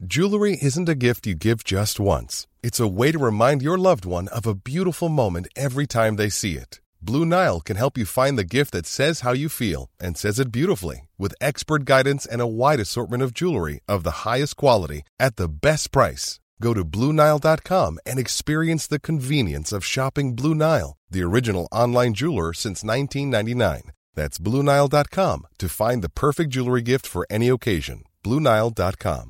Jewelry isn't a gift you give just once. It's a way to remind your loved one of a beautiful moment every time they see it. Blue Nile can help you find the gift that says how you feel and says it beautifully, with expert guidance and a wide assortment of jewelry of the highest quality at the best price. Go to BlueNile.com and experience the convenience of shopping Blue Nile, the original online jeweler since 1999. That's BlueNile.com to find the perfect jewelry gift for any occasion. BlueNile.com.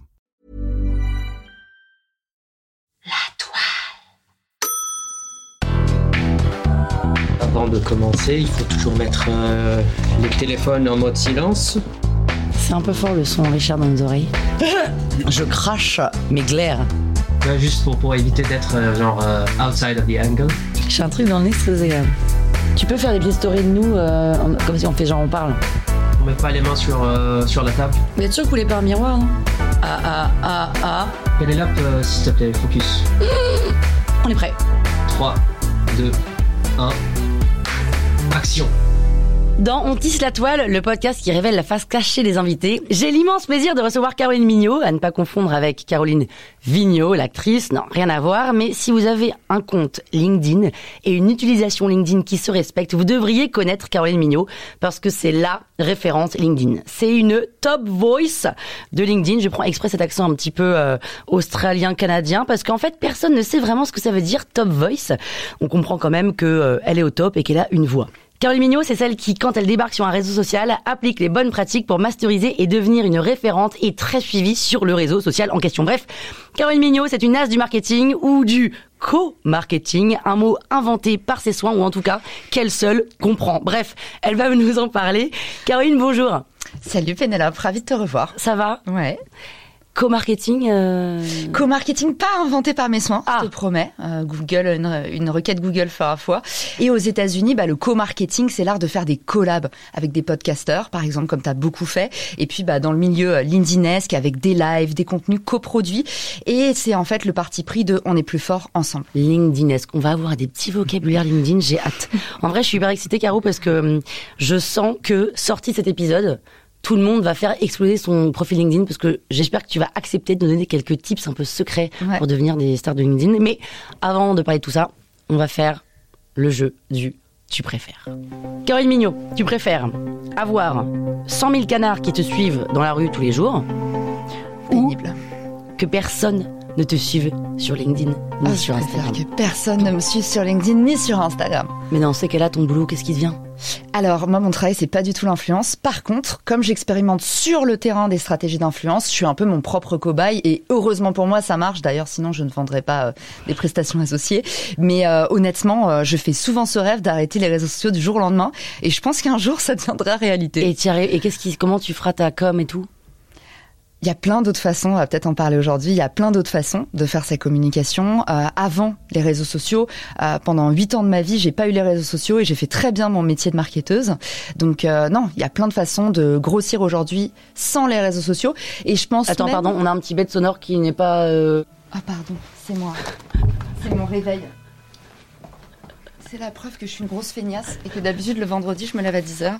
Avant de commencer, il faut toujours mettre les téléphones en mode silence. C'est un peu fort le son, Richard, dans nos oreilles. Je crache mes glaires. Juste pour éviter d'être outside of the angle. J'ai un truc dans le nez, c'est désagréable. Tu peux faire des petites stories de nous, comme si on fait genre on parle. On met pas les mains sur la table. Vous êtes sûr que vous voulez pas un miroir, non? Quelle est l'app, s'il te plaît, focus. On est prêt. 3, 2, 1, action. Dans On tisse la toile, le podcast qui révèle la face cachée des invités, j'ai l'immense plaisir de recevoir Caroline Mignot, à ne pas confondre avec Caroline Vigneault, l'actrice, non, rien à voir, mais si vous avez un compte LinkedIn et une utilisation LinkedIn qui se respecte, vous devriez connaître Caroline Mignot, parce que c'est la référence LinkedIn. C'est une top voice de LinkedIn, je prends exprès cet accent un petit peu australien-canadien, parce qu'en fait, personne ne sait vraiment ce que ça veut dire top voice. On comprend quand même que elle est au top et qu'elle a une voix. Caroline Mignot, c'est celle qui, quand elle débarque sur un réseau social, applique les bonnes pratiques pour masteriser et devenir une référente et très suivie sur le réseau social en question. Bref, Caroline Mignot, c'est une as du marketing ou du co-marketing, un mot inventé par ses soins ou en tout cas qu'elle seule comprend. Bref, elle va nous en parler. Caroline, bonjour. Salut Pénélope, ravie de te revoir. Ça va ? Ouais. Co-marketing Co-marketing pas inventé par mes soins, je te promets. Google, une requête Google fera foi. Et aux États-Unis, le co-marketing, c'est l'art de faire des collabs avec des podcasteurs, par exemple, comme tu as beaucoup fait. Et puis, dans le milieu LinkedInesque, avec des lives, des contenus coproduits. Et c'est en fait le parti pris de on est plus fort ensemble. LinkedInesque. On va avoir des petits vocabulaires LinkedIn, j'ai hâte. En vrai, je suis hyper excitée, Caro, parce que je sens que, sorti cet épisode, tout le monde va faire exploser son profil LinkedIn parce que j'espère que tu vas accepter de nous donner quelques tips un peu secrets pour devenir des stars de LinkedIn. Mais avant de parler de tout ça, on va faire le jeu du tu préfères. Caroline Mignot, tu préfères avoir 100 000 canards qui te suivent dans la rue tous les jours Pénible. Ou que personne ne te suive sur LinkedIn ni sur Instagram. Que personne ne me suive sur LinkedIn ni sur Instagram. Mais dans ces cas-là, ton boulot, qu'est-ce qui devient ? Alors, moi, mon travail, c'est pas du tout l'influence. Par contre, comme j'expérimente sur le terrain des stratégies d'influence, je suis un peu mon propre cobaye et heureusement pour moi, ça marche. D'ailleurs, sinon, je ne vendrais pas des prestations associées. Mais honnêtement, je fais souvent ce rêve d'arrêter les réseaux sociaux du jour au lendemain et je pense qu'un jour, ça deviendra réalité. Et comment tu feras ta com et tout ? Il y a plein d'autres façons, on va peut-être en parler aujourd'hui, il y a plein d'autres façons de faire sa communication. Avant les réseaux sociaux, pendant 8 ans de ma vie, j'ai pas eu les réseaux sociaux et j'ai fait très bien mon métier de marketeuse. Donc non, il y a plein de façons de grossir aujourd'hui sans les réseaux sociaux. Et je pense Attends, pardon, on a un petit bête sonore qui n'est pas... Ah pardon, c'est moi. C'est mon réveil. C'est la preuve que je suis une grosse feignasse et que d'habitude le vendredi, je me lève à 10h.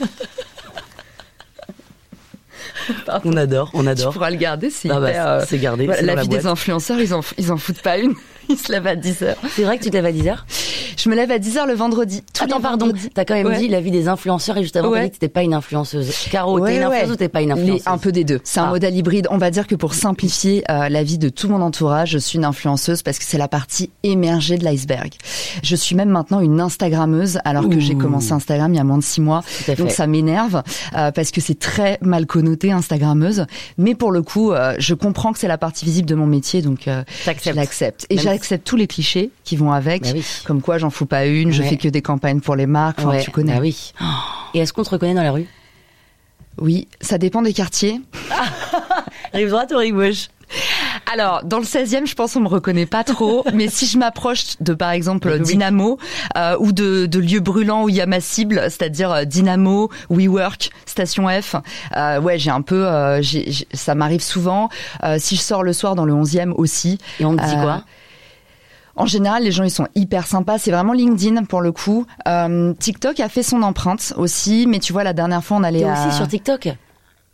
On adore. Tu pourras le garder, c'est hyper... c'est gardé. Voilà, c'est la vie des influenceurs, ils en foutent pas une. Ils se lèvent à 10h. C'est vrai que tu te lèves à 10h ? Je me lève à 10h le vendredi. Attends, pardon. T'as quand même dit la vie des influenceurs et juste avant, t'as dit que t'étais pas une influenceuse. Caro, t'es une influenceuse ou t'es pas une influenceuse ? Un peu des deux. C'est un modèle hybride. On va dire que pour simplifier la vie de tout mon entourage, je suis une influenceuse parce que c'est la partie émergée de l'iceberg. Je suis même maintenant une Instagrammeuse alors que j'ai commencé Instagram il y a moins de 6 mois. Donc ça m'énerve parce que c'est très mal connoté Instagrammeuse. Mais pour le coup, je comprends que c'est la partie visible de mon métier, donc je l'accepte. Et j'accepte tous les clichés qui vont avec, comme quoi j'en fous pas une, je fais que des campagnes pour les marques, enfin, tu connais. Bah oui. Et est-ce qu'on te reconnaît dans la rue ? Oui, ça dépend des quartiers. Rive droite ou rive gauche ? Alors, dans le 16e, je pense qu'on me reconnaît pas trop, mais si je m'approche de, par exemple, Dynamo, ou de lieux brûlants où il y a ma cible, c'est-à-dire Dynamo, WeWork, Station F, j'ai un peu, ça m'arrive souvent. Si je sors le soir dans le 11e aussi. Et on te dit quoi ? En général, les gens, ils sont hyper sympas. C'est vraiment LinkedIn, pour le coup. TikTok a fait son empreinte aussi, mais tu vois, la dernière fois, on allait T'es aussi sur TikTok ?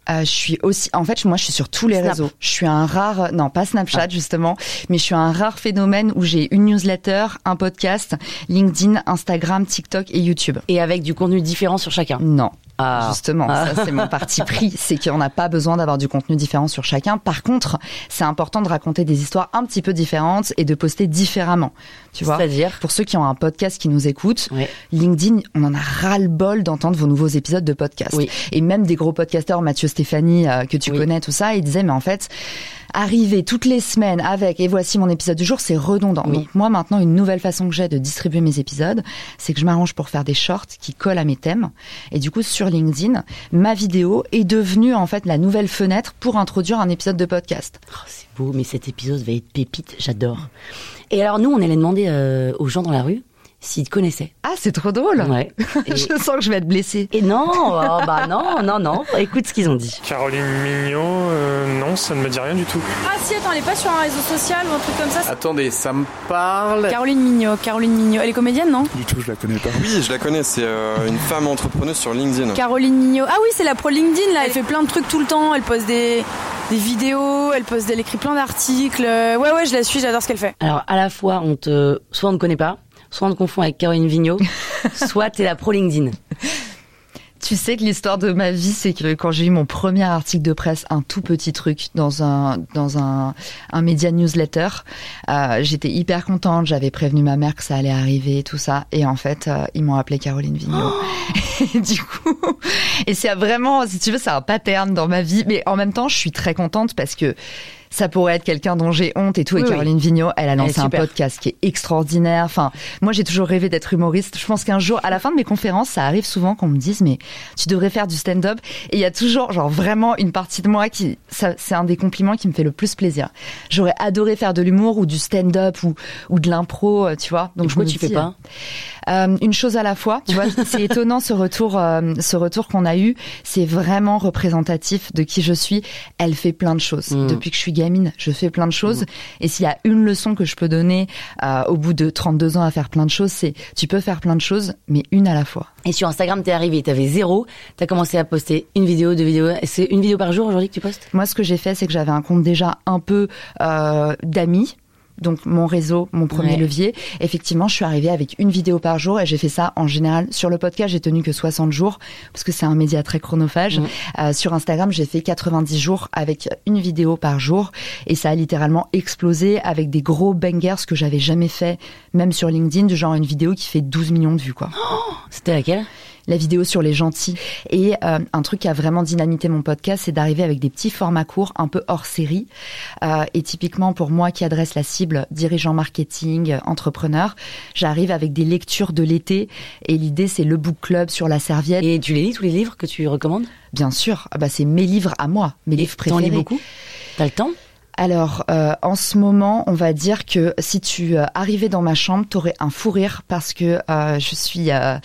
Je suis aussi, en fait, moi, je suis sur tous les réseaux. Je suis un rare, non, pas Snapchat, justement, mais je suis un rare phénomène où j'ai une newsletter, un podcast, LinkedIn, Instagram, TikTok et YouTube. Et avec du contenu différent sur chacun? Non. Justement, ça c'est mon parti pris, c'est qu'on n'a pas besoin d'avoir du contenu différent sur chacun. Par contre, c'est important de raconter des histoires un petit peu différentes et de poster différemment. Tu vois ? C'est-à-dire ? Pour ceux qui ont un podcast qui nous écoutent, LinkedIn, on en a ras-le-bol d'entendre vos nouveaux épisodes de podcast. Oui. Et même des gros podcasteurs, Mathieu Stéphanie, que tu connais, tout ça, ils disaient, mais en fait, arriver toutes les semaines avec et voici mon épisode du jour, c'est redondant. Oui. Donc moi maintenant, une nouvelle façon que j'ai de distribuer mes épisodes, c'est que je m'arrange pour faire des shorts qui collent à mes thèmes. Et du coup, sur LinkedIn, ma vidéo est devenue en fait la nouvelle fenêtre pour introduire un épisode de podcast. Oh, c'est beau, mais cet épisode va être pépite, j'adore. Et alors nous, on allait demander aux gens dans la rue s'ils te connaissaient. Ah, c'est trop drôle. Ouais. Je sens que je vais être blessée. Et non, non. Écoute ce qu'ils ont dit. Caroline Mignot, non, ça ne me dit rien du tout. Ah si, attends, elle est pas sur un réseau social ou un truc comme ça? Attendez, ça me parle. Caroline Mignot. Elle est comédienne, non? Du tout, je la connais pas. Oui, je la connais, c'est une femme entrepreneuse sur LinkedIn. Caroline Mignot. Ah oui, c'est la pro LinkedIn, là. Elle fait plein de trucs tout le temps. Elle poste des vidéos, elle écrit plein d'articles. Ouais, je la suis, j'adore ce qu'elle fait. Alors, à la fois, soit on ne connaît pas, soit on te confond avec Caroline Vigneault, soit t'es la pro LinkedIn. Tu sais que l'histoire de ma vie, c'est que quand j'ai eu mon premier article de presse, un tout petit truc dans un média newsletter, j'étais hyper contente. J'avais prévenu ma mère que ça allait arriver, tout ça, et en fait, ils m'ont appelée Caroline Vigneault. Et du coup, et c'est vraiment, si tu veux, c'est un pattern dans ma vie, mais en même temps, je suis très contente parce que ça pourrait être quelqu'un dont j'ai honte et tout. Et Caroline Vigneault, elle a lancé un podcast qui est extraordinaire. Enfin, moi, j'ai toujours rêvé d'être humoriste. Je pense qu'un jour, à la fin de mes conférences, ça arrive souvent qu'on me dise, mais tu devrais faire du stand-up. Et il y a toujours, genre, vraiment une partie de moi c'est un des compliments qui me fait le plus plaisir. J'aurais adoré faire de l'humour ou du stand-up ou de l'impro, tu vois. Donc, pourquoi tu fais pas? Une chose à la fois, tu vois. C'est étonnant ce retour qu'on a eu. C'est vraiment représentatif de qui je suis. Elle fait plein de choses. Depuis que je suis gamine, je fais plein de choses. Et s'il y a une leçon que je peux donner au bout de 32 ans à faire plein de choses, c'est tu peux faire plein de choses, mais une à la fois. Et sur Instagram, t'es arrivé, t'avais 0, t'as commencé à poster une vidéo, 2 vidéos. C'est une vidéo par jour aujourd'hui que tu postes? Moi, ce que j'ai fait, c'est que j'avais un compte déjà un peu d'amis. Donc mon réseau, mon premier levier. Effectivement, je suis arrivée avec une vidéo par jour et j'ai fait ça en général. Sur le podcast, j'ai tenu que 60 jours parce que c'est un média très chronophage. Sur Instagram, j'ai fait 90 jours avec une vidéo par jour et ça a littéralement explosé avec des gros bangers que j'avais jamais fait, même sur LinkedIn, du genre une vidéo qui fait 12 millions de vues, quoi. Oh, c'était laquelle? La vidéo sur les gentils. Et un truc qui a vraiment dynamité mon podcast, c'est d'arriver avec des petits formats courts, un peu hors série. Et typiquement, pour moi qui adresse la cible dirigeant marketing, entrepreneur, j'arrive avec des lectures de l'été. Et l'idée, c'est le book club sur la serviette. Et tu les lis, tous les livres que tu recommandes? Bien sûr. C'est mes livres à moi, mes livres préférés. T'en lis beaucoup? T'as le temps? Alors, en ce moment, on va dire que si tu arrivais dans ma chambre, t'aurais un fou rire parce que je suis un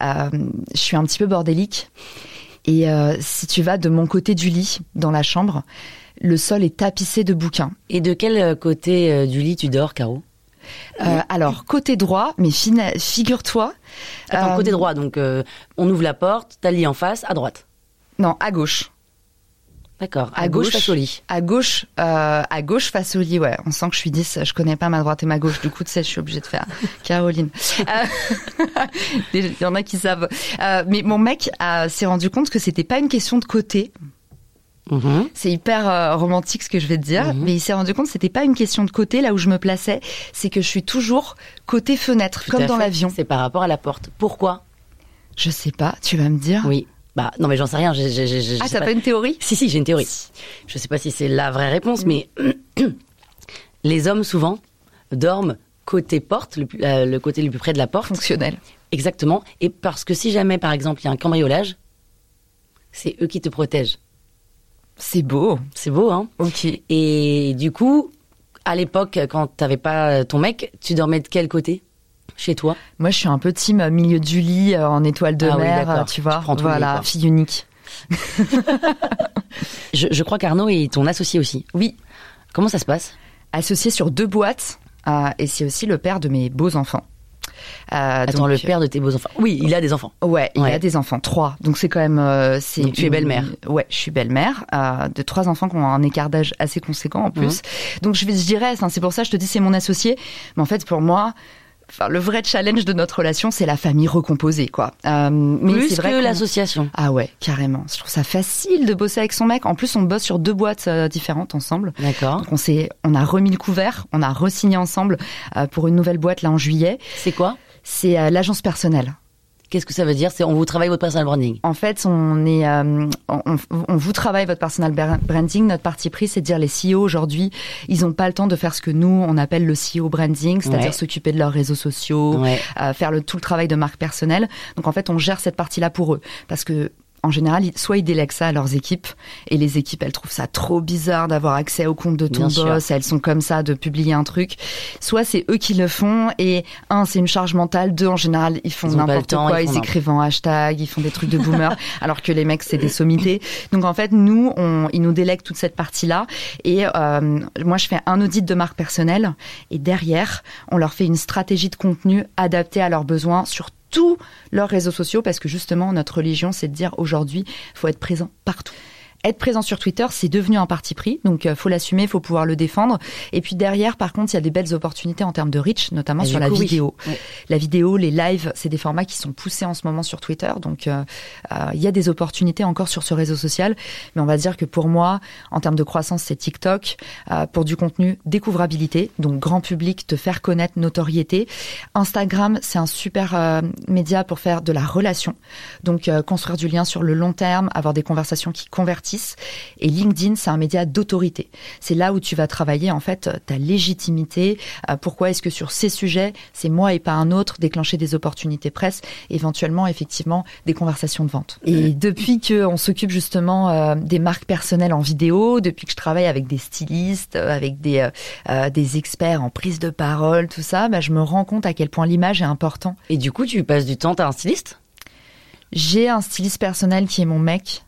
petit peu bordélique. Et si tu vas de mon côté du lit, dans la chambre, le sol est tapissé de bouquins. Et de quel côté du lit tu dors, Caro? Alors, côté droit, mais figure-toi... Attends, côté droit, donc on ouvre la porte, t'as le lit en face, à droite? Non, à gauche. D'accord. À gauche face au lit. À gauche face au lit, ouais. On sent que je suis 10, je connais pas ma droite et ma gauche. Du coup, tu sais, je suis obligée de faire Caroline. Il y en a qui savent. Mais mon mec s'est rendu compte que c'était pas une question de côté. C'est hyper romantique ce que je vais te dire, mais il s'est rendu compte que c'était pas une question de côté là où je me plaçais, c'est que je suis toujours côté fenêtre, comme dans l'avion. C'est par rapport à la porte. Pourquoi? Je sais pas, tu vas me dire. Oui. Non mais j'en sais rien. T'as pas une théorie? Si, j'ai une théorie. Je sais pas si c'est la vraie réponse, mais les hommes souvent dorment côté porte, le côté le plus près de la porte. Fonctionnel. Exactement. Et parce que si jamais, par exemple, il y a un cambriolage, c'est eux qui te protègent. C'est beau. C'est beau, hein? Ok. Et du coup, à l'époque, quand t'avais pas ton mec, tu dormais de quel côté? Chez toi? Moi, je suis un peu team milieu du lit, en étoile de mer, tu vois. Voilà, fille unique. je crois qu'Arnaud est ton associé aussi. Oui. Comment ça se passe? Associé sur 2 boîtes, et c'est aussi le père de mes beaux enfants. Attends, le père de tes beaux-enfants. Oui, il a des enfants. Ouais, il a des enfants, 3. Donc c'est quand même... Donc tu es belle-mère. Ouais, je suis belle-mère de 3 enfants qui ont un écart d'âge assez conséquent en plus. Donc je dirais, c'est pour ça que je te dis c'est mon associé. Mais en fait, pour moi... le vrai challenge de notre relation, c'est la famille recomposée, quoi. Mais plus c'est vrai que l'association. Ah ouais, carrément. Je trouve ça facile de bosser avec son mec. En plus, on bosse sur 2 boîtes différentes ensemble. D'accord. Donc on a remis le couvert, on a re-signé ensemble pour une nouvelle boîte là en juillet. C'est quoi ? C'est l'agence personnelle. Qu'est-ce que ça veut dire ? C'est on vous travaille votre personal branding. En fait, on vous travaille votre personal branding. Notre parti pris, c'est de dire les CEO aujourd'hui, ils n'ont pas le temps de faire ce que nous on appelle le CEO branding, c'est-à-dire s'occuper de leurs réseaux sociaux, faire tout le travail de marque personnelle. Donc en fait, on gère cette partie-là pour eux, parce que en général, soit ils délèguent ça à leurs équipes, et les équipes, elles trouvent ça trop bizarre d'avoir accès au compte de ton boss, elles sont comme ça de publier un truc. Soit c'est eux qui le font, et 1, c'est une charge mentale, 2, en général, ils font n'importe quoi, ils écrivent en hashtag, ils font des trucs de boomer, alors que les mecs, c'est des sommités. Donc en fait, nous, ils nous délèguent toute cette partie-là, et moi, je fais un audit de marque personnelle, et derrière, on leur fait une stratégie de contenu adaptée à leurs besoins sur tous leurs réseaux sociaux, parce que justement notre religion c'est de dire aujourd'hui faut être présent partout. Être présent sur Twitter, c'est devenu un parti pris, donc faut l'assumer, faut pouvoir le défendre. Et puis derrière, par contre, il y a des belles opportunités en termes de reach, notamment sur la vidéo. Oui. La vidéo, les lives, c'est des formats qui sont poussés en ce moment sur Twitter, donc il y a des opportunités encore sur ce réseau social. Mais on va dire que pour moi, en termes de croissance, c'est TikTok. Pour du contenu, découvrabilité, donc grand public, te faire connaître, notoriété. Instagram, c'est un super média pour faire de la relation, donc construire du lien sur le long terme, avoir des conversations qui convertissent. Et LinkedIn, c'est un média d'autorité. C'est là où tu vas travailler en fait ta légitimité. Pourquoi est-ce que sur ces sujets, c'est moi et pas un autre, déclencher des opportunités presse, éventuellement effectivement des conversations de vente. Et depuis qu'on s'occupe justement des marques personnelles en vidéo, depuis que je travaille avec des stylistes, avec des experts en prise de parole, tout ça, je me rends compte à quel point l'image est important. Et du coup, tu passes du temps, t'as un styliste ? J'ai un styliste personnel qui est mon mec.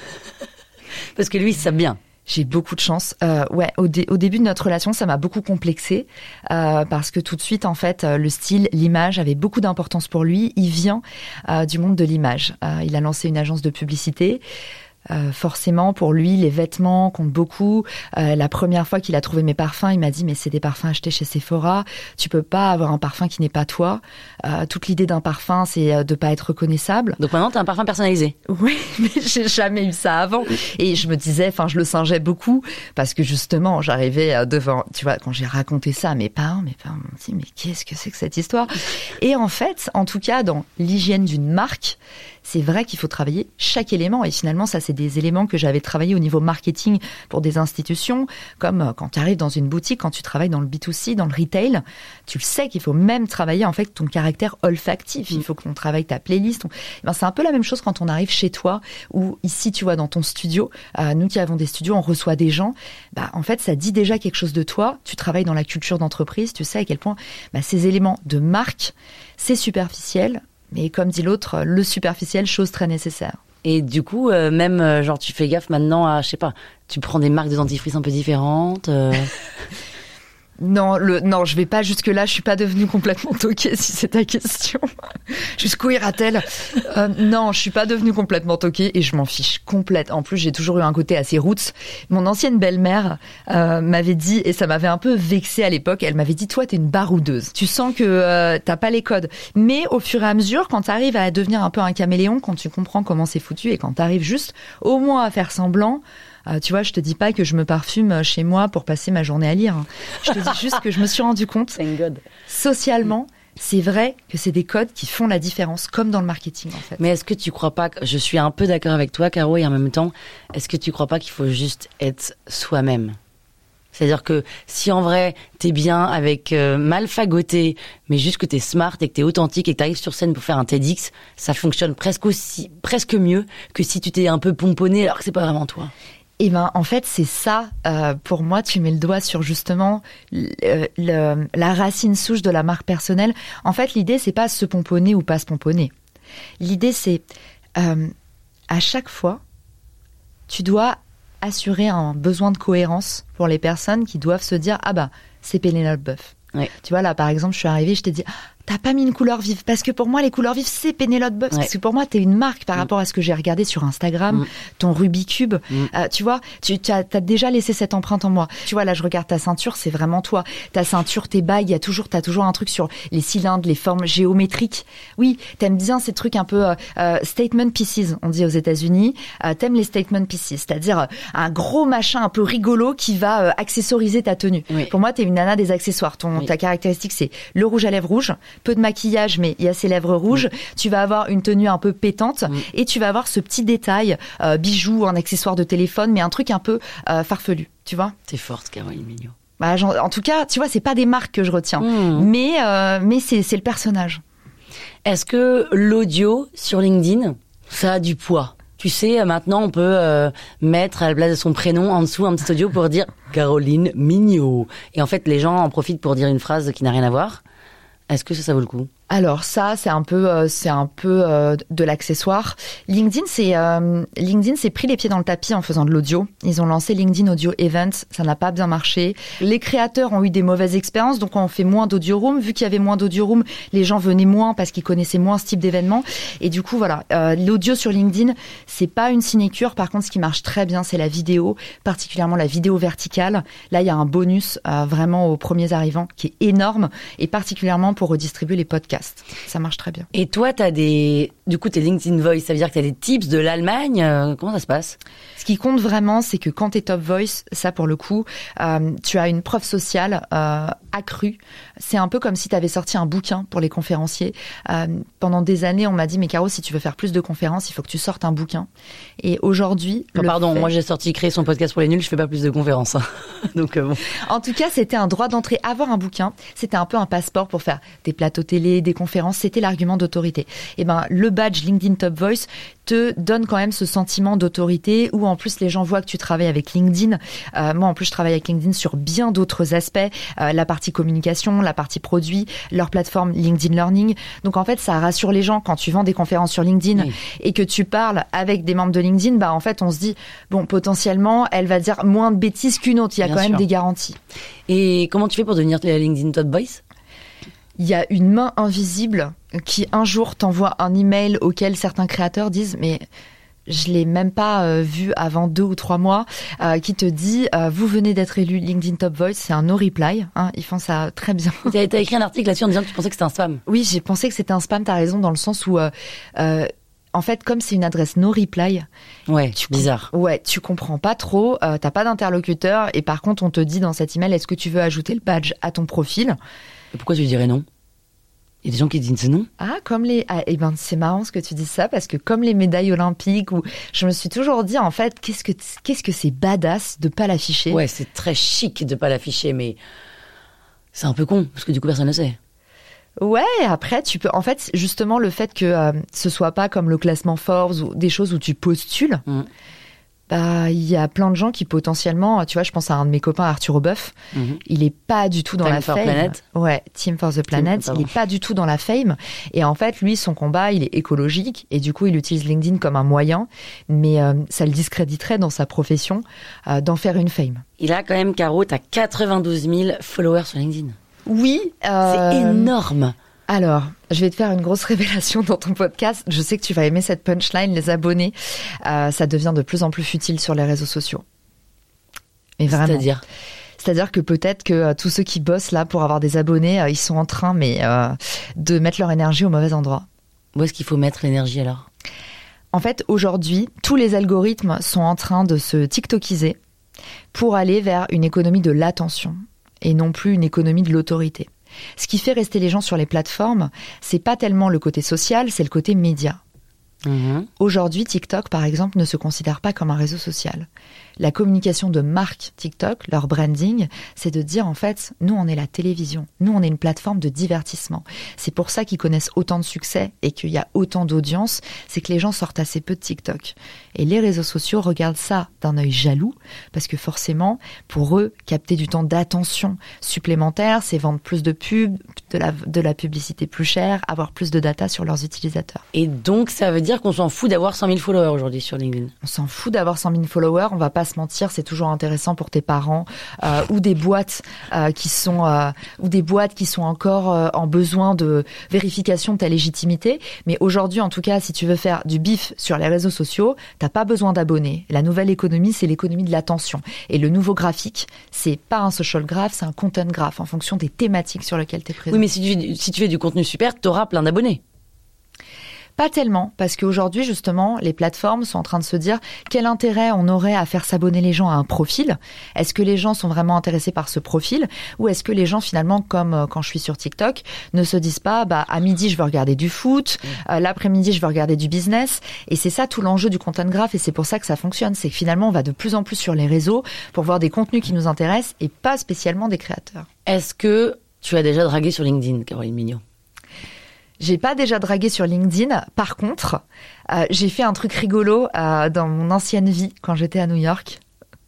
Parce que lui, ça bien. J'ai beaucoup de chance. Au début de notre relation, ça m'a beaucoup complexée parce que tout de suite, en fait, le style, l'image avait beaucoup d'importance pour lui. Il vient du monde de l'image. Il a lancé une agence de publicité. Forcément, pour lui, les vêtements comptent beaucoup. La première fois qu'il a trouvé mes parfums, il m'a dit « Mais c'est des parfums achetés chez Sephora. Tu peux pas avoir un parfum qui n'est pas toi. Toute l'idée d'un parfum, c'est de pas être reconnaissable. » Donc maintenant, t'as un parfum personnalisé. Oui, mais j'ai jamais eu ça avant. Et je me disais, je le singeais beaucoup parce que justement, j'arrivais devant, tu vois, quand j'ai raconté ça à mes parents m'ont dit « Mais qu'est-ce que c'est que cette histoire ?» Et en fait, en tout cas, dans l'hygiène d'une marque, c'est vrai qu'il faut travailler chaque élément. Et finalement, ça, c'est des éléments que j'avais travaillé au niveau marketing pour des institutions, comme quand tu arrives dans une boutique, quand tu travailles dans le B2C, dans le retail, tu le sais qu'il faut même travailler en fait ton caractère olfactif. Il faut qu'on travaille ta playlist. C'est un peu la même chose quand on arrive chez toi ou ici, tu vois, dans ton studio. Nous qui avons des studios, on reçoit des gens. En fait, ça dit déjà quelque chose de toi. Tu travailles dans la culture d'entreprise. Tu sais à quel point ces éléments de marque, c'est superficiel. Mais comme dit l'autre, le superficiel, chose très nécessaire. Et du coup, même, tu fais gaffe maintenant à, je sais pas, tu prends des marques de dentifrice un peu différentes Non, je vais pas jusque là. Je suis pas devenue complètement toquée, si c'est ta question. Jusqu'où ira-t-elle ? Non, je suis pas devenue complètement toquée et je m'en fiche complète. En plus, j'ai toujours eu un côté assez roots. Mon ancienne belle-mère m'avait dit, et ça m'avait un peu vexée à l'époque, elle m'avait dit, toi, t'es une baroudeuse. Tu sens que t'as pas les codes. Mais au fur et à mesure, quand t'arrives à devenir un peu un caméléon, quand tu comprends comment c'est foutu et quand t'arrives juste au moins à faire semblant, tu vois, je te dis pas que je me parfume chez moi pour passer ma journée à lire. Je te dis juste que je me suis rendu compte, socialement, c'est vrai que c'est des codes qui font la différence, comme dans le marketing, en fait. Mais est-ce que tu crois pas que, je suis un peu d'accord avec toi, Caro, et en même temps, est-ce que tu crois pas qu'il faut juste être soi-même ? C'est-à-dire que si en vrai t'es bien avec mal fagoté, mais juste que t'es smart et que t'es authentique et que t'arrives sur scène pour faire un TEDx, ça fonctionne presque mieux que si tu t'es un peu pomponné alors que c'est pas vraiment toi. Eh en fait, c'est ça. Pour moi, tu mets le doigt sur justement la racine souche de la marque personnelle. En fait, l'idée, c'est pas se pomponner ou pas se pomponner. L'idée, c'est à chaque fois, tu dois assurer un besoin de cohérence pour les personnes qui doivent se dire c'est Pénélope Boeuf. Ouais. Tu vois, là, par exemple, je suis arrivée, je t'ai dit t'as pas mis une couleur vive. Parce que pour moi, les couleurs vives, c'est Penelope Box. Parce que pour moi, t'es une marque par rapport à ce que j'ai regardé sur Instagram, ton Rubik's Cube. Tu vois, t'as déjà laissé cette empreinte en moi. Tu vois, là, je regarde ta ceinture, c'est vraiment toi. Ta ceinture, tes bagues, t'as toujours un truc sur les cylindres, les formes géométriques. Oui, t'aimes bien ces trucs un peu statement pieces, on dit aux États-Unis. T'aimes les statement pieces, c'est-à-dire un gros machin un peu rigolo qui va accessoriser ta tenue. Oui. Pour moi, t'es une nana des accessoires. Ta caractéristique, c'est le rouge à lèvres rouge, peu de maquillage, mais il y a ses lèvres rouges. Tu vas avoir une tenue un peu pétante et tu vas avoir ce petit détail, bijou, un accessoire de téléphone, mais un truc un peu farfelu, tu vois. T'es forte, Caroline Mignot. Bah, en tout cas, tu vois, c'est pas des marques que je retiens, mais c'est le personnage. Est-ce que l'audio sur LinkedIn, ça a du poids ? Tu sais, maintenant, on peut mettre à la place de son prénom en dessous un petit audio pour dire Caroline Mignot. Et en fait, les gens en profitent pour dire une phrase qui n'a rien à voir. Est-ce que ça vaut le coup ? Alors ça, c'est un peu de l'accessoire. LinkedIn s'est pris les pieds dans le tapis en faisant de l'audio. Ils ont lancé LinkedIn Audio Events, ça n'a pas bien marché. Les créateurs ont eu des mauvaises expériences, donc on fait moins d'audio room. Vu qu'il y avait moins d'audio room, les gens venaient moins parce qu'ils connaissaient moins ce type d'événement. Et du coup, voilà, l'audio sur LinkedIn, c'est pas une sinécure. Par contre, ce qui marche très bien, c'est la vidéo, particulièrement la vidéo verticale. Là, il y a un bonus vraiment aux premiers arrivants qui est énorme, et particulièrement pour redistribuer les podcasts. Ça marche très bien. Et toi, t'es LinkedIn Voice, ça veut dire que t'as des tips de l'Allemagne. Comment ça se passe ? Ce qui compte vraiment, c'est que quand t'es Top Voice, ça pour le coup, tu as une preuve sociale accrue. C'est un peu comme si t'avais sorti un bouquin pour les conférenciers. Pendant des années, on m'a dit, mais Caro, si tu veux faire plus de conférences, il faut que tu sortes un bouquin. Et aujourd'hui... moi j'ai sorti créer son podcast pour les nuls, je fais pas plus de conférences. Donc bon. En tout cas, c'était un droit d'entrée. Avoir un bouquin, c'était un peu un passeport pour faire des plateaux télé, des conférences, c'était l'argument d'autorité. Et le badge LinkedIn Top Voice te donne quand même ce sentiment d'autorité où en plus les gens voient que tu travailles avec LinkedIn. Moi en plus je travaille avec LinkedIn sur bien d'autres aspects, la partie communication, la partie produit, leur plateforme LinkedIn Learning. Donc en fait ça rassure les gens quand tu vends des conférences sur LinkedIn et que tu parles avec des membres de LinkedIn, en fait on se dit bon potentiellement elle va dire moins de bêtises qu'une autre, il y a bien quand même des garanties. Et comment tu fais pour devenir LinkedIn Top Voice ? Il y a une main invisible qui un jour t'envoie un email auquel certains créateurs disent mais je l'ai même pas vu avant 2 ou 3 mois, qui te dit vous venez d'être élu LinkedIn Top Voice, c'est un no reply, ils font ça très bien. T'as écrit un article là-dessus en disant que tu pensais que c'était un spam. Oui, j'ai pensé que c'était un spam, t'as raison, dans le sens où en fait, comme c'est une adresse no reply, bizarre. Tu comprends pas trop, t'as pas d'interlocuteur, et par contre on te dit dans cet email, est-ce que tu veux ajouter le badge à ton profil ? Et pourquoi tu dirais non ? Il y a des gens qui disent non. C'est marrant ce que tu dis ça, parce que comme les médailles olympiques, je me suis toujours dit en fait, qu'est-ce que c'est badass de pas l'afficher. Ouais, c'est très chic de pas l'afficher, mais c'est un peu con parce que du coup personne ne sait. Ouais, après tu peux, en fait, justement le fait que ce soit pas comme le classement Forbes ou des choses où tu postules. Il y a plein de gens qui potentiellement, tu vois, je pense à un de mes copains, Arthur Aubeuf, il est pas du tout dans la fame. Ouais, Team for the Planet, il est pas du tout dans la fame. Et en fait, lui, son combat, il est écologique et du coup, il utilise LinkedIn comme un moyen, mais ça le discréditerait dans sa profession d'en faire une fame. Il a quand même, Caro, t'as 92 000 followers sur LinkedIn. Oui. C'est énorme. Alors, je vais te faire une grosse révélation dans ton podcast. Je sais que tu vas aimer cette punchline, les abonnés. Ça devient de plus en plus futile sur les réseaux sociaux. Mais vraiment. C'est-à-dire que peut-être que tous ceux qui bossent là pour avoir des abonnés, ils sont en train de mettre leur énergie au mauvais endroit. Où est-ce qu'il faut mettre l'énergie alors ? En fait, aujourd'hui, tous les algorithmes sont en train de se tiktokiser pour aller vers une économie de l'attention et non plus une économie de l'autorité. Ce qui fait rester les gens sur les plateformes, c'est pas tellement le côté social, c'est le côté média. Aujourd'hui, TikTok, par exemple, ne se considère pas comme un réseau social. La communication de marque TikTok, leur branding, c'est de dire en fait, nous on est la télévision, nous on est une plateforme de divertissement. C'est pour ça qu'ils connaissent autant de succès et qu'il y a autant d'audience, c'est que les gens sortent assez peu de TikTok. Et les réseaux sociaux regardent ça d'un œil jaloux, parce que forcément, pour eux, capter du temps d'attention supplémentaire, c'est vendre plus de pubs, de la publicité plus chère, avoir plus de data sur leurs utilisateurs. Et donc ça veut dire qu'on s'en fout d'avoir 100 000 followers aujourd'hui sur LinkedIn ? On s'en fout d'avoir 100 000 followers, on va pas se mentir, c'est toujours intéressant pour tes parents ou des boîtes qui sont encore en besoin de vérification de ta légitimité. Mais aujourd'hui, en tout cas, si tu veux faire du bif sur les réseaux sociaux, t'as pas besoin d'abonnés. La nouvelle économie, c'est l'économie de l'attention. Et le nouveau graphique, c'est pas un social graph, c'est un content graph en fonction des thématiques sur lesquelles t'es présent. Oui, mais si tu fais du contenu super, t'auras plein d'abonnés. Pas tellement, parce qu'aujourd'hui, justement, les plateformes sont en train de se dire quel intérêt on aurait à faire s'abonner les gens à un profil. Est-ce que les gens sont vraiment intéressés par ce profil, ou est-ce que les gens, finalement, comme quand je suis sur TikTok, ne se disent pas, à midi, je veux regarder du foot, l'après-midi, je veux regarder du business. Et c'est ça tout l'enjeu du content graph, et c'est pour ça que ça fonctionne. C'est que finalement, on va de plus en plus sur les réseaux pour voir des contenus qui nous intéressent et pas spécialement des créateurs. Est-ce que tu as déjà dragué sur LinkedIn, Caroline Mignot ? J'ai pas déjà dragué sur LinkedIn. Par contre, j'ai fait un truc rigolo dans mon ancienne vie quand j'étais à New York.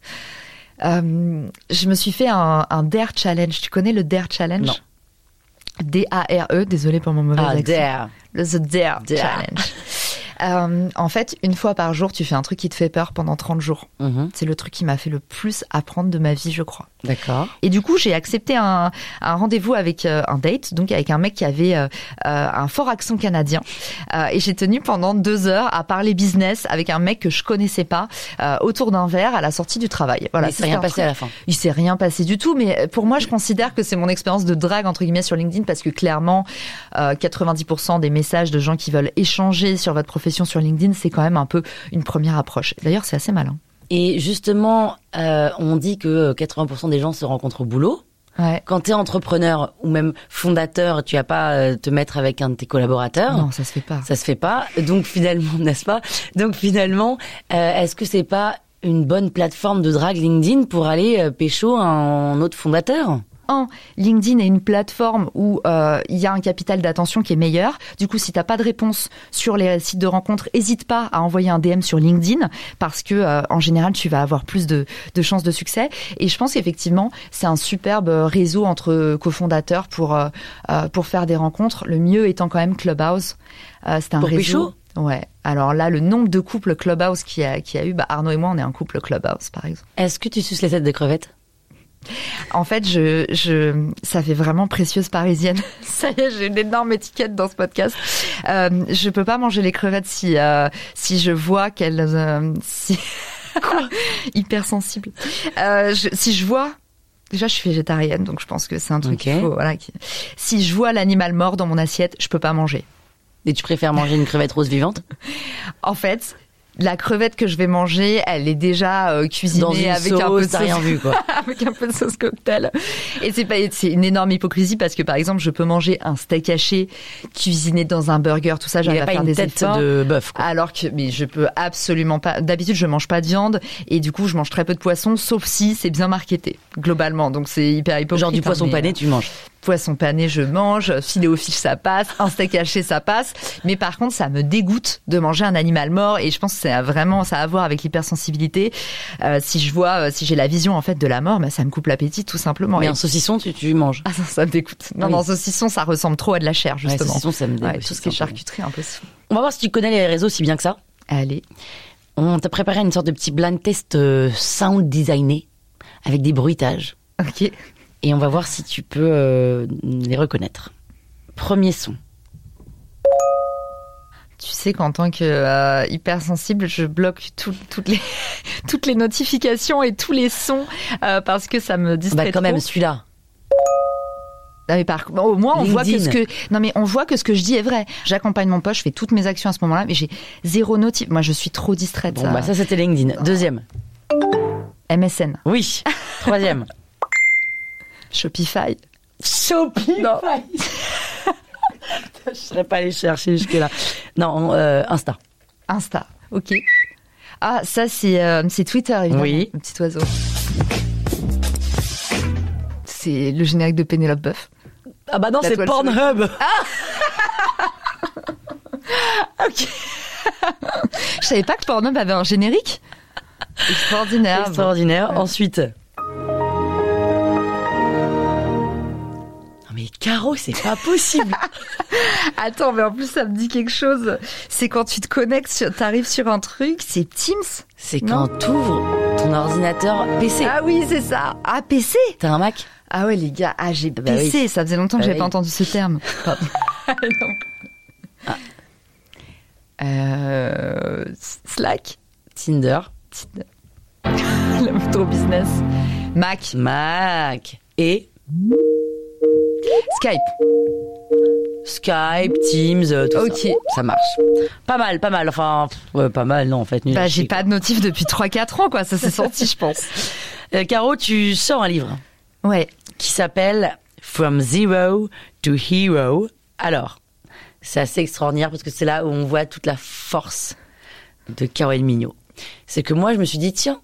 Je me suis fait un Dare Challenge. Tu connais le Dare Challenge ? Non. D-A-R-E. Désolée pour mon mauvais accent. Dare. Le The Dare Challenge. En fait, une fois par jour, tu fais un truc qui te fait peur pendant 30 jours. C'est le truc qui m'a fait le plus apprendre de ma vie, je crois. D'accord. Et du coup, j'ai accepté un rendez-vous avec un date, donc avec un mec qui avait un fort accent canadien. Et j'ai tenu pendant 2 heures à parler business avec un mec que je connaissais pas autour d'un verre à la sortie du travail. Voilà. Il s'est rien passé à la fin. Il s'est rien passé du tout, mais pour moi, je considère que c'est mon expérience de drague entre guillemets sur LinkedIn parce que clairement, 90% des messages de gens qui veulent échanger sur votre profession sur LinkedIn, c'est quand même un peu une première approche. D'ailleurs, c'est assez malin. Et justement, on dit que 80% des gens se rencontrent au boulot. Ouais. Quand t'es entrepreneur ou même fondateur, tu vas pas te mettre avec un de tes collaborateurs. Non, ça se fait pas. Ça se fait pas. Donc finalement, n'est-ce pas ? Donc finalement, est-ce que c'est pas une bonne plateforme de drague LinkedIn pour aller pécho un autre fondateur ? LinkedIn est une plateforme où il y a un capital d'attention qui est meilleur. Du coup, si t'as pas de réponse sur les sites de rencontres, hésite pas à envoyer un DM sur LinkedIn parce que en général, tu vas avoir plus de chances de succès. Et je pense qu'effectivement, c'est un superbe réseau entre cofondateurs pour faire des rencontres. Le mieux étant quand même Clubhouse. C'est un pour réseau. pécho ? Ouais. Alors là, le nombre de couples Clubhouse qu'il y a eu, Arnaud et moi, on est un couple Clubhouse, par exemple. Est-ce que tu suces les têtes de crevettes ? En fait, ça fait vraiment précieuse parisienne. Ça y est, j'ai une énorme étiquette dans ce podcast. Je peux pas manger les crevettes si je vois qu'elles, hypersensible. Si je vois, déjà, je suis végétarienne, donc je pense que c'est un truc qu'il faut, voilà. Si je vois l'animal mort dans mon assiette, je peux pas manger. Et tu préfères manger une crevette rose vivante ? En fait, la crevette que je vais manger, elle est déjà cuisinée dans une avec sauce, un peu de sauce, rien vu, quoi. avec un peu de sauce cocktail. Et c'est une énorme hypocrisie parce que par exemple, je peux manger un steak haché cuisiné dans un burger, tout ça, j'arrive à faire des efforts. Il n'y a pas une tête de bœuf, quoi. Alors que mais je peux absolument pas. D'habitude, je mange pas de viande et du coup, je mange très peu de poisson, sauf si c'est bien marketé globalement. Donc c'est hyper hypocrite. Genre du poisson pané, tu manges. Poisson pané, je mange. Filet aux fiches, ça passe. Un steak haché, ça passe. Mais par contre, ça me dégoûte de manger un animal mort. Et je pense que ça a à voir avec l'hypersensibilité. Si j'ai la vision en fait de la mort, ça me coupe l'appétit tout simplement. Mais un saucisson, tu manges. Ah non, ça me dégoûte. Non, un saucisson, ça ressemble trop à de la chair justement. Ouais, saucisson, ça me dégoûte. Tout ce qui est charcuterie, impossible. On va voir si tu connais les réseaux si bien que ça. Allez. On t'a préparé une sorte de petit blind test sound designé avec des bruitages. Ok. Et on va voir si tu peux les reconnaître. Premier son. Tu sais qu'en tant que hypersensible, je bloque toutes les notifications et tous les sons parce que ça me distrait quand trop. Même celui-là. Non mais au moins on voit LinkedIn. voit que ce que je dis est vrai. J'accompagne mon pote, je fais toutes mes actions à ce moment-là, mais j'ai zéro notif. Moi, je suis trop distraite. Bon, ça c'était LinkedIn. Deuxième. MSN. Oui. Troisième. Shopify. Non. Je serais pas allée chercher jusque-là. Non, Insta. Insta, ok. Ah, ça, c'est Twitter, évidemment. Oui. Le petit oiseau. C'est le générique de Pénélope Boeuf. Ah bah non, c'est Pornhub. Ah ok. Je savais pas que Pornhub avait un générique. Extraordinaire. Extraordinaire. Ouais. Ensuite... Mais Caro, c'est pas possible. Attends, mais en plus ça me dit quelque chose. C'est quand tu te connectes, t'arrives sur un truc, c'est Teams. C'est quand t'ouvres ton ton ordinateur PC. Ah oui, c'est ça. Ah, PC. T'as un Mac? Ah ouais, les gars. Ah, j'ai Bah PC. oui. Ça faisait longtemps que j'avais oui. pas entendu ce terme. Pardon. Slack. Tinder. La moto business. Mac. Et Skype. Skype, Teams, tout Ok. ça. Ça marche. Pas mal. Enfin, pas mal, non, en fait. Nul à Bah, j'ai chier, pas de notif depuis 3-4 ans, quoi. Ça s'est senti, je pense. Caro, tu sors un livre Ouais. qui s'appelle From Zero to Hero. Alors, c'est assez extraordinaire parce que c'est là où on voit toute la force de Caroline Mignot. C'est que moi, je me suis dit, tiens,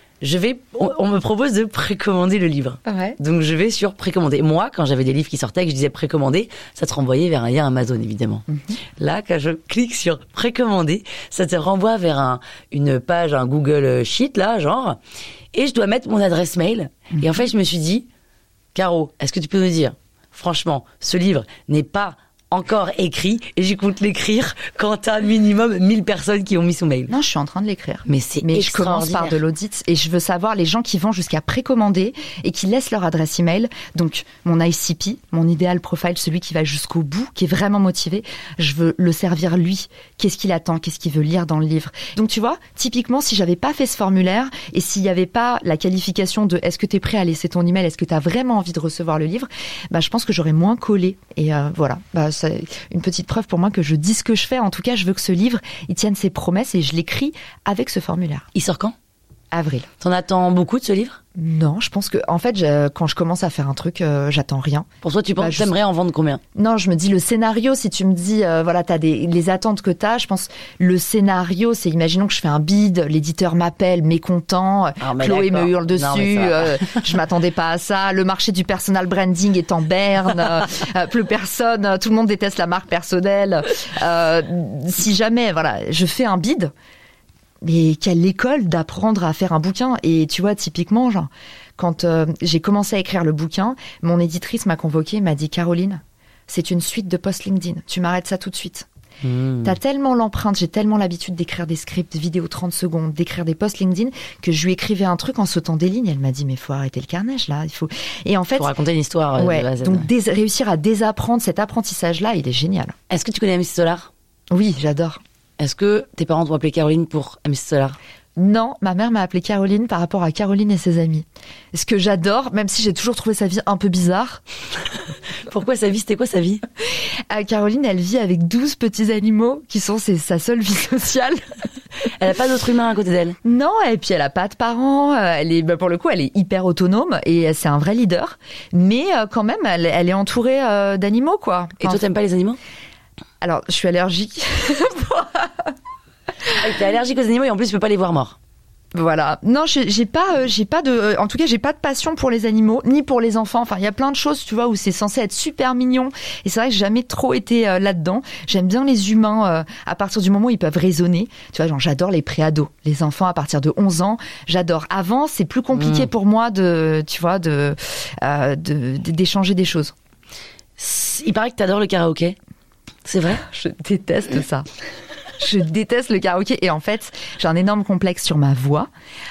on me propose de précommander le livre. Ouais. Donc, je vais sur précommander. Moi, quand j'avais des livres qui sortaient et que je disais précommander, ça te renvoyait vers un lien Amazon, évidemment. Là, quand je clique sur précommander, ça te renvoie vers une page, un Google Sheet, là, genre. Et je dois mettre mon adresse mail. Et en fait, je me suis dit, Caro, est-ce que tu peux me dire, franchement, ce livre n'est pas encore écrit et j'y compte l'écrire quand t'as minimum 1000 personnes qui ont mis son mail. Non, je suis en train de l'écrire. Mais c'est Mais je commence extraordinaire. par de l'audit et je veux savoir les gens qui vont jusqu'à précommander et qui laissent leur adresse email. Donc, mon ICP, mon idéal profile, celui qui va jusqu'au bout, qui est vraiment motivé, je veux le servir lui. Qu'est-ce qu'il attend? Qu'est-ce qu'il veut lire dans le livre? Donc, tu vois, typiquement, si j'avais pas fait ce formulaire et s'il y avait pas la qualification de est-ce que tu es prêt à laisser ton email, est-ce que tu as vraiment envie de recevoir le livre, bah, je pense que j'aurais moins collé. Et voilà, bah, c'est une petite preuve pour moi que je dis ce que je fais. En tout cas, je veux que ce livre, il tienne ses promesses et je l'écris avec ce formulaire. Il sort quand? Avril. T'en attends beaucoup de ce livre? Non, je pense que, en fait, quand je commence à faire un truc, j'attends rien. Pour toi, tu penses Bah, que t'aimerais en vendre combien? Non, je me dis le scénario, si tu me dis, voilà, t'as les attentes que t'as, je pense, le scénario, c'est, imaginons que je fais un bid, l'éditeur m'appelle, mécontent, mais Chloé d'accord. me hurle dessus, Non, mais ça je m'attendais pas à ça, le marché du personal branding est en berne, plus personne, tout le monde déteste la marque personnelle. Si jamais, voilà, je fais un bid, mais quelle école d'apprendre à faire un bouquin. Et tu vois, typiquement, genre, quand j'ai commencé à écrire le bouquin, mon éditrice m'a convoquée, m'a dit, Caroline, c'est une suite de posts LinkedIn, tu m'arrêtes ça tout de suite. T'as tellement l'empreinte, j'ai tellement l'habitude d'écrire des scripts vidéo 30 secondes, d'écrire des posts LinkedIn, que je lui écrivais un truc en sautant des lignes. Elle m'a dit, mais faut arrêter le carnage, là, il faut... Et en fait... Faut raconter une histoire. Ouais, de A à Z. donc réussir à désapprendre cet apprentissage-là, il est génial. Est-ce que tu connais MC Solar? Oui, j'adore. Est-ce que tes parents t'ont appelé Caroline pour MC Solar? Non, ma mère m'a appelée Caroline par rapport à Caroline et ses amis. Ce que j'adore, même si j'ai toujours trouvé sa vie un peu bizarre. Pourquoi sa vie? C'était quoi sa vie? Caroline, elle vit avec 12 petits animaux qui sont sa seule vie sociale. Elle a pas d'autres humains à côté d'elle? Non, et puis elle a pas de parents. Elle est, pour le coup, elle est hyper autonome et c'est un vrai leader. Mais quand même, elle est entourée d'animaux, quoi. Et toi, t'aimes pas les animaux? Alors, je suis allergique. T'es allergique aux animaux et en plus, tu peux pas les voir morts. Voilà. Non, j'ai pas de, en tout cas, j'ai pas de passion pour les animaux, ni pour les enfants. Enfin, il y a plein de choses, tu vois, où c'est censé être super mignon. Et c'est vrai que j'ai jamais trop été là-dedans. J'aime bien les humains à partir du moment où ils peuvent raisonner. Tu vois, genre, j'adore les préados. Les enfants à partir de 11 ans, j'adore. Avant, c'est plus compliqué pour moi d'échanger des choses. Il paraît que t'adores le karaoké. C'est vrai? Je déteste ça. Je déteste le karaoké et en fait, j'ai un énorme complexe sur ma voix.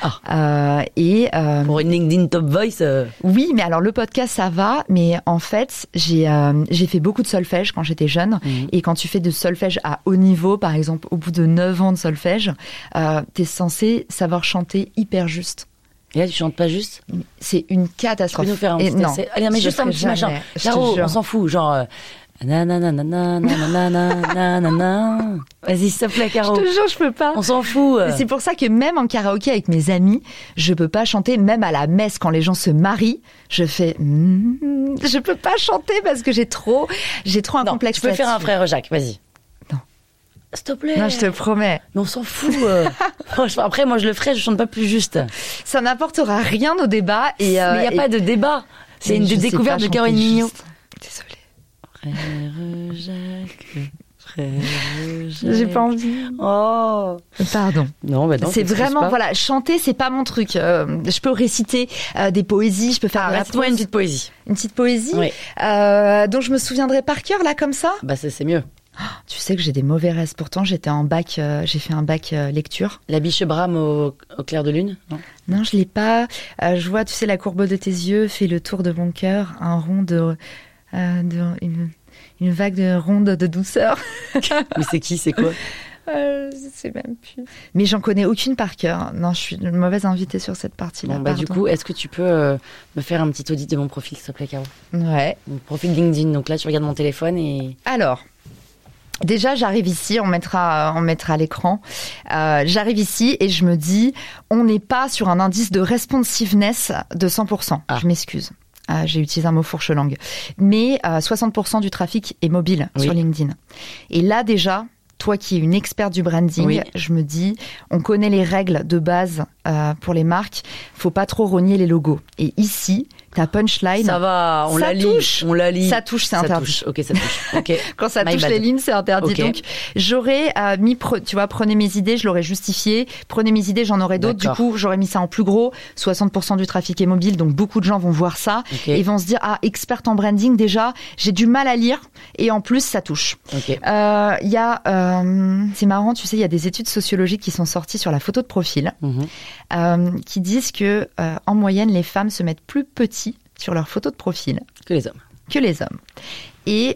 Pour une LinkedIn Top Voice. Oui, mais alors le podcast ça va, mais en fait, j'ai fait beaucoup de solfège quand j'étais jeune et quand tu fais de solfège à haut niveau, par exemple, au bout de 9 ans de solfège, t'es censé savoir chanter hyper juste. Et là, tu chantes pas juste? C'est une catastrophe. Tu peux nous faire un petit essai? Allez, mais juste un petit machin. Caro, on s'en fout, genre... Vas-y, s'il te plaît, Caro. Je te jure, je peux pas. On s'en fout. C'est pour ça que même en karaoké avec mes amis, je peux pas chanter. Même à la messe, quand les gens se marient, je fais... Je peux pas chanter parce que j'ai trop un complexe. Tu peux faire un frère Jacques, vas-y. Non. S'il te plaît. Non, je te promets. Mais on s'en fout. Franchement, après, moi, je le ferai, je chante pas plus juste. Ça n'apportera rien au débat. Mais il n'y a pas de débat. C'est une découverte de Caroline Mignot. Désolée. Frère Jacques, frère Jacques. J'ai pas envie. Oh. Pardon. Non, bah non. C'est vraiment, voilà, chanter, c'est pas mon truc. Je peux réciter des poésies, je peux faire de la Reste-moi prose. une petite poésie. Une petite poésie. Oui. Dont je me souviendrai par cœur, là, comme ça. Bah, c'est mieux. Tu sais que j'ai des mauvais restes. Pourtant, j'étais en bac, j'ai fait un bac lecture. La biche Braham au clair de lune? Non, je l'ai pas. Je vois, tu sais, la courbe de tes yeux fait le tour de mon cœur, un rond une vague de ronde de douceur. Mais c'est qui, c'est quoi? Je sais même plus. Mais j'en connais aucune par cœur. Non, je suis une mauvaise invitée sur cette partie-là. Bon, du coup, est-ce que tu peux me faire un petit audit de mon profil, s'il te plaît, Caro? Ouais. Mon profil LinkedIn. Donc là, tu regardes mon téléphone et... Alors, déjà, j'arrive ici, on mettra à l'écran. J'arrive ici et je me dis, on n'est pas sur un indice de responsiveness de 100%. Je m'excuse. J'ai utilisé un mot fourche-langue. Mais 60% du trafic est mobile sur LinkedIn. Et là, déjà... Toi qui es une experte du branding, je me dis, on connaît les règles de base pour les marques, faut pas trop rogner les logos. Et ici, ta punchline, ça va, on la lit. Ça touche, c'est interdit. Ok, ça touche. Okay. Quand ça touche les lignes, c'est interdit. Okay. Donc, j'aurais mis, tu vois, prenez mes idées, je l'aurais justifié. Prenez mes idées, j'en aurais d'autres. Du coup, j'aurais mis ça en plus gros. 60% du trafic est mobile, donc beaucoup de gens vont voir ça et vont se dire, experte en branding, déjà, j'ai du mal à lire et en plus, ça touche. Il y a c'est marrant, tu sais, il y a des études sociologiques qui sont sorties sur la photo de profil, qui disent que en moyenne, les femmes se mettent plus petits sur leur photo de profil que les hommes. Et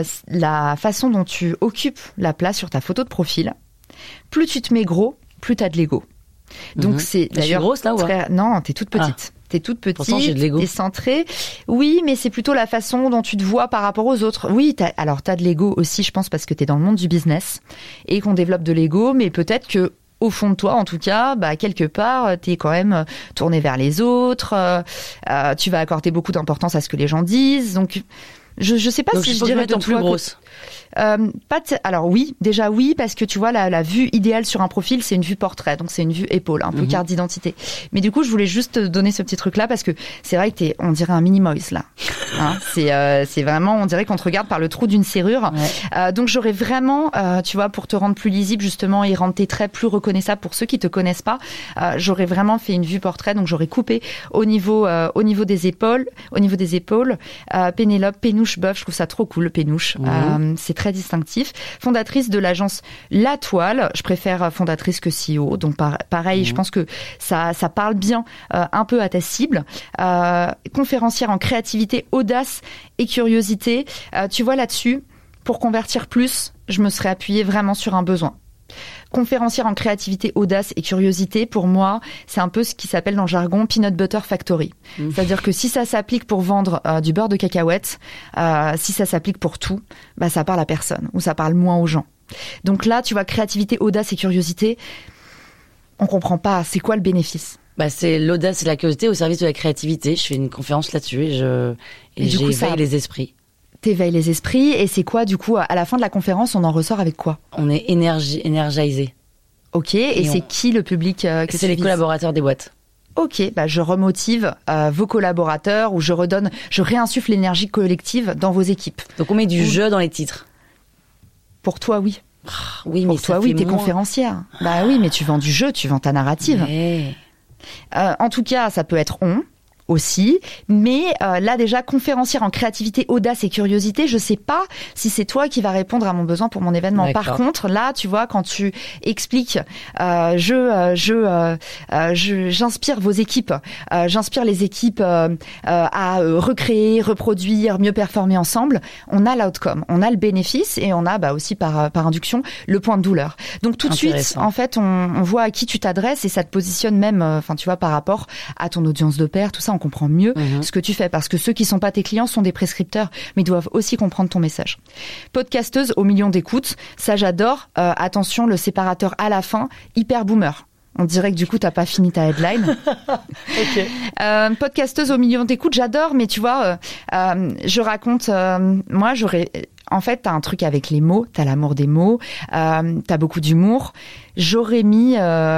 la façon dont tu occupes la place sur ta photo de profil, plus tu te mets gros, plus t'as de l'ego. Donc c'est d'ailleurs. Je suis grosse là ou pas? Non, t'es toute petite. T'es toute petite, pourtant, j'ai de l'ego. T'es centrée. Oui, mais c'est plutôt la façon dont tu te vois par rapport aux autres. Oui, t'as de l'ego aussi, je pense, parce que t'es dans le monde du business et qu'on développe de l'ego, mais peut-être que au fond de toi, en tout cas, quelque part, t'es quand même tourné vers les autres. Tu vas accorder beaucoup d'importance à ce que les gens disent. Donc, je sais pas si je dirais de plus grosse. Alors oui, déjà oui, parce que tu vois, la vue idéale sur un profil, c'est une vue portrait, donc c'est une vue épaule, un peu carte d'identité. Mais du coup, je voulais juste te donner ce petit truc-là, parce que c'est vrai que on dirait un mini-moise, là. Hein, c'est vraiment, on dirait qu'on te regarde par le trou d'une serrure. Ouais. Donc j'aurais vraiment, tu vois, pour te rendre plus lisible, justement, et rendre tes traits plus reconnaissables pour ceux qui te connaissent pas, j'aurais vraiment fait une vue portrait, donc j'aurais coupé au niveau des épaules. Pénélope, Pénouche Boeuf, je trouve ça trop cool, le Pénouche. C'est très distinctif. Fondatrice de l'agence La Toile. Je préfère fondatrice que CEO. Donc pareil, je pense que ça parle bien un peu à ta cible. Conférencière en créativité, audace et curiosité. Tu vois, là-dessus, pour convertir plus, je me serais appuyée vraiment sur un besoin. Conférencière en créativité, audace et curiosité, pour moi, c'est un peu ce qui s'appelle dans le jargon Peanut Butter Factory. C'est-à-dire que si ça s'applique pour vendre du beurre de cacahuète, si ça s'applique pour tout, ça parle à personne ou ça parle moins aux gens. Donc là, tu vois, créativité, audace et curiosité, on comprend pas. C'est quoi le bénéfice ? C'est l'audace et la curiosité au service de la créativité. Je fais une conférence là-dessus et j'éveille les esprits. T'éveilles les esprits, et c'est quoi, du coup, à la fin de la conférence, on en ressort avec quoi ? On est énergisé. Ok, et c'est qui le public que c'est les collaborateurs des boîtes. Ok, je remotive vos collaborateurs, ou je réinsuffle l'énergie collective dans vos équipes. Donc on met du jeu dans les titres. Pour toi, oui. Oui, mais pour toi, oui, t'es conférencière. Oui, mais tu vends du jeu, tu vends ta narrative. Ouais. En tout cas, ça peut être aussi, mais là déjà, conférencière en créativité, audace et curiosité, je sais pas si c'est toi qui va répondre à mon besoin pour mon événement. D'accord. Par contre, là, tu vois, quand tu expliques, j'inspire vos équipes, j'inspire les équipes à recréer, reproduire, mieux performer ensemble, on a l'outcome, on a le bénéfice, et on a aussi par induction le point de douleur. Donc tout de suite, en fait, on voit à qui tu t'adresses, et ça te positionne même, tu vois, par rapport à ton audience de pair, tout ça, on comprend mieux ce que tu fais, parce que ceux qui sont pas tes clients sont des prescripteurs, mais ils doivent aussi comprendre ton message. Podcasteuse aux millions d'écoutes, ça j'adore. Attention, le séparateur à la fin, hyper boomer. On dirait que du coup, t'as pas fini ta headline. Ok. Podcasteuse aux millions d'écoutes, j'adore, mais tu vois, je raconte, moi j'aurais... En fait, t'as un truc avec les mots, t'as l'amour des mots, t'as beaucoup d'humour. J'aurais mis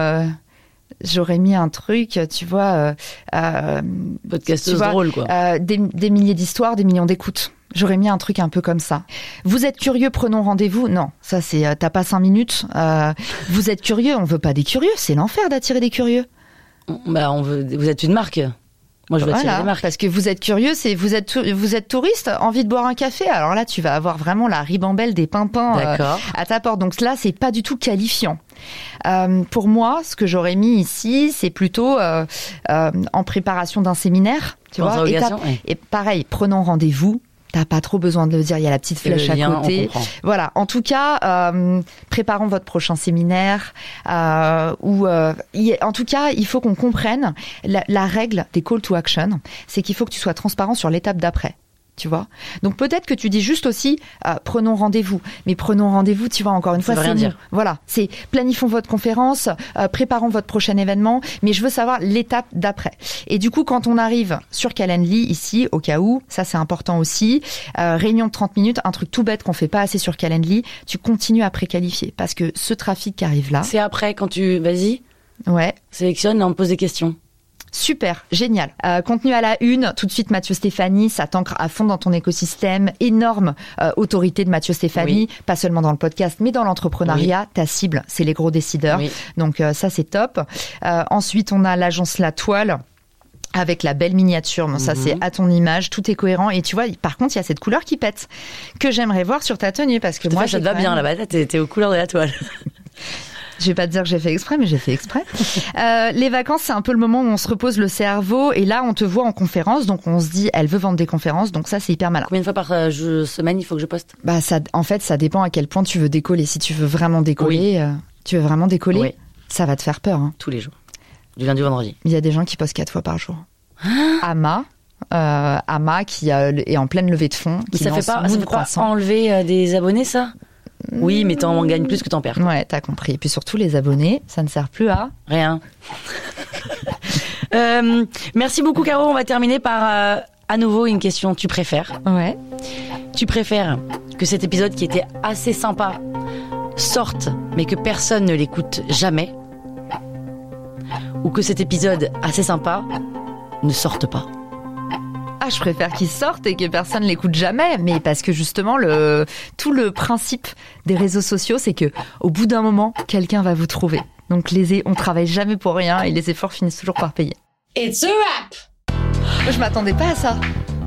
un truc, tu vois... podcasteuse drôle, quoi. Des milliers d'histoires, des millions d'écoutes. J'aurais mis un truc un peu comme ça. Vous êtes curieux, prenons rendez-vous. Non, ça c'est... t'as pas 5 minutes. Vous êtes curieux, on veut pas des curieux. C'est l'enfer d'attirer des curieux. Vous êtes une marque. Moi, je veux attirer des marques. Parce que vous êtes curieux, vous êtes touriste, envie de boire un café. Alors là, tu vas avoir vraiment la ribambelle des pimpins à ta porte. Donc là, c'est pas du tout qualifiant. Pour moi, ce que j'aurais mis ici, c'est plutôt en préparation d'un séminaire. Tu vois, et pareil, prenons rendez-vous. T'as pas trop besoin de le dire, il y a la petite flèche à côté. Voilà. En tout cas, préparons votre prochain séminaire. En tout cas, il faut qu'on comprenne la règle des call to action, c'est qu'il faut que tu sois transparent sur l'étape d'après. Tu vois. Donc peut-être que tu dis juste aussi prenons rendez-vous. Mais prenons rendez-vous, tu vois, encore une fois, c'est dire. Voilà, c'est planifions votre conférence, préparons votre prochain événement, mais je veux savoir l'étape d'après. Et du coup, quand on arrive sur Calendly ici, au cas où, ça c'est important aussi, réunion de 30 minutes, un truc tout bête qu'on fait pas assez sur Calendly, tu continues à préqualifier parce que ce trafic qui arrive là. C'est après quand tu sélectionne, là on te pose des questions. Super, génial. Contenu à la une, tout de suite Mathieu Stéphanie, ça t'ancre à fond dans ton écosystème. Énorme autorité de Mathieu Stéphanie, pas seulement dans le podcast, mais dans l'entrepreneuriat. Ta cible, c'est les gros décideurs. Donc ça, c'est top. Ensuite, on a l'agence La Toile. Avec la belle miniature, ça c'est à ton image, tout est cohérent. Et tu vois, par contre, il y a cette couleur qui pète, que j'aimerais voir sur ta tenue. Parce que moi, ça te va bien là-bas, t'es aux couleurs de la toile. Je vais pas te dire que j'ai fait exprès, mais j'ai fait exprès. Les vacances, c'est un peu le moment où on se repose le cerveau. Et là, on te voit en conférence. Donc, on se dit, elle veut vendre des conférences. Donc, ça, c'est hyper malin. Combien de fois par semaine il faut que je poste? En fait, ça dépend à quel point tu veux décoller. Si tu veux vraiment décoller, ça va te faire peur. Hein. Tous les jours. Du lundi au vendredi. Il y a des gens qui postent 4 fois par jour. Ama qui est en pleine levée de fonds. Ça fait pas enlever des abonnés, ça? Oui, mais t'en gagnes plus que t'en perds. Ouais, t'as compris. Et puis surtout, les abonnés, ça ne sert plus à... rien. Merci beaucoup, Caro. On va terminer par, à nouveau, une question. Tu préfères? Ouais. Tu préfères que cet épisode qui était assez sympa sorte, mais que personne ne l'écoute jamais? Ou que cet épisode assez sympa ne sorte pas? Ah, je préfère qu'il sorte et que personne l'écoute jamais, mais parce que justement tout le principe des réseaux sociaux, c'est que au bout d'un moment, quelqu'un va vous trouver. Donc on travaille jamais pour rien et les efforts finissent toujours par payer. It's a wrap. Je m'attendais pas à ça.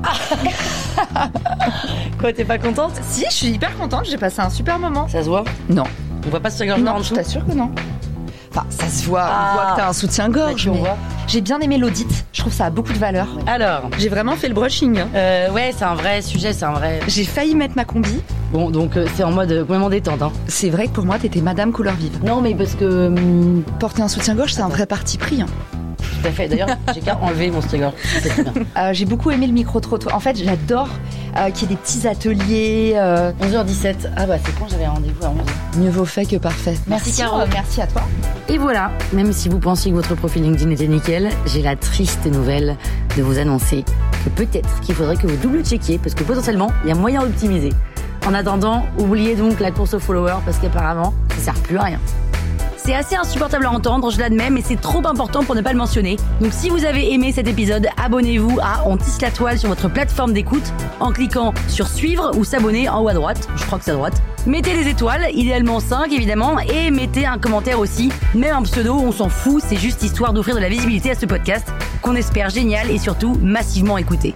Quoi, t'es pas contente? Si, je suis hyper contente, j'ai passé un super moment. Ça se voit? Non. On voit pas ce soutien-gorge en dessous? Je t'assure que non. Enfin, ça se voit, on voit que t'as un soutien-gorge, mais j'ai bien aimé l'audit. Je trouve que ça a beaucoup de valeur. Alors, j'ai vraiment fait le brushing. Ouais, c'est un vrai sujet, J'ai failli mettre ma combi. Bon, donc c'est en mode complètement détente. Hein. C'est vrai que pour moi, t'étais Madame Couleur Vive. Non, mais parce que... porter un soutien-gorge, c'est un vrai parti pris. Hein. Tout à fait. D'ailleurs, j'ai qu'à enlever mon soutien-gorge. C'est très bien. J'ai beaucoup aimé le micro-trottoir. En fait, j'adore qu'il y ait des petits ateliers. 11h17. Ah bah c'est quand j'avais un rendez-vous à 11h. Mieux vaut fait que parfait. Merci Caro. Merci à toi. Et voilà, même si vous pensiez que votre profil LinkedIn était nickel, j'ai la triste nouvelle de vous annoncer que peut-être qu'il faudrait que vous double-checkiez parce que potentiellement, il y a moyen d'optimiser. En attendant, oubliez donc la course aux followers parce qu'apparemment, ça sert plus à rien. C'est assez insupportable à entendre, je l'admets, mais c'est trop important pour ne pas le mentionner. Donc si vous avez aimé cet épisode, abonnez-vous à On Tisse la Toile sur votre plateforme d'écoute en cliquant sur suivre ou s'abonner en haut à droite. Je crois que c'est à droite. Mettez les étoiles, idéalement 5 évidemment, et mettez un commentaire aussi. Même un pseudo, on s'en fout, c'est juste histoire d'offrir de la visibilité à ce podcast qu'on espère génial et surtout massivement écouté.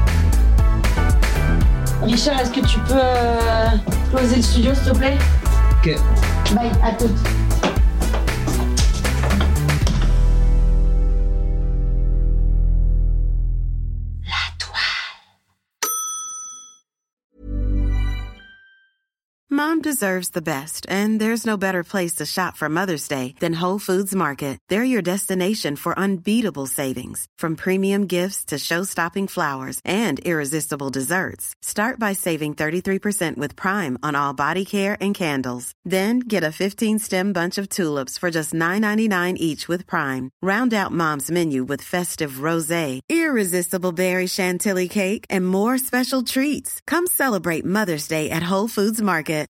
Richard, est-ce que tu peux closer le studio s'il te plaît? Ok. Bye, à toutes. Mom deserves the best, and there's no better place to shop for Mother's Day than Whole Foods Market. They're your destination for unbeatable savings, from premium gifts to show-stopping flowers and irresistible desserts. Start by saving 33% with Prime on all body care and candles. Then get a 15-stem bunch of tulips for just $9.99 each with Prime. Round out Mom's menu with festive rosé, irresistible berry chantilly cake, and more special treats. Come celebrate Mother's Day at Whole Foods Market.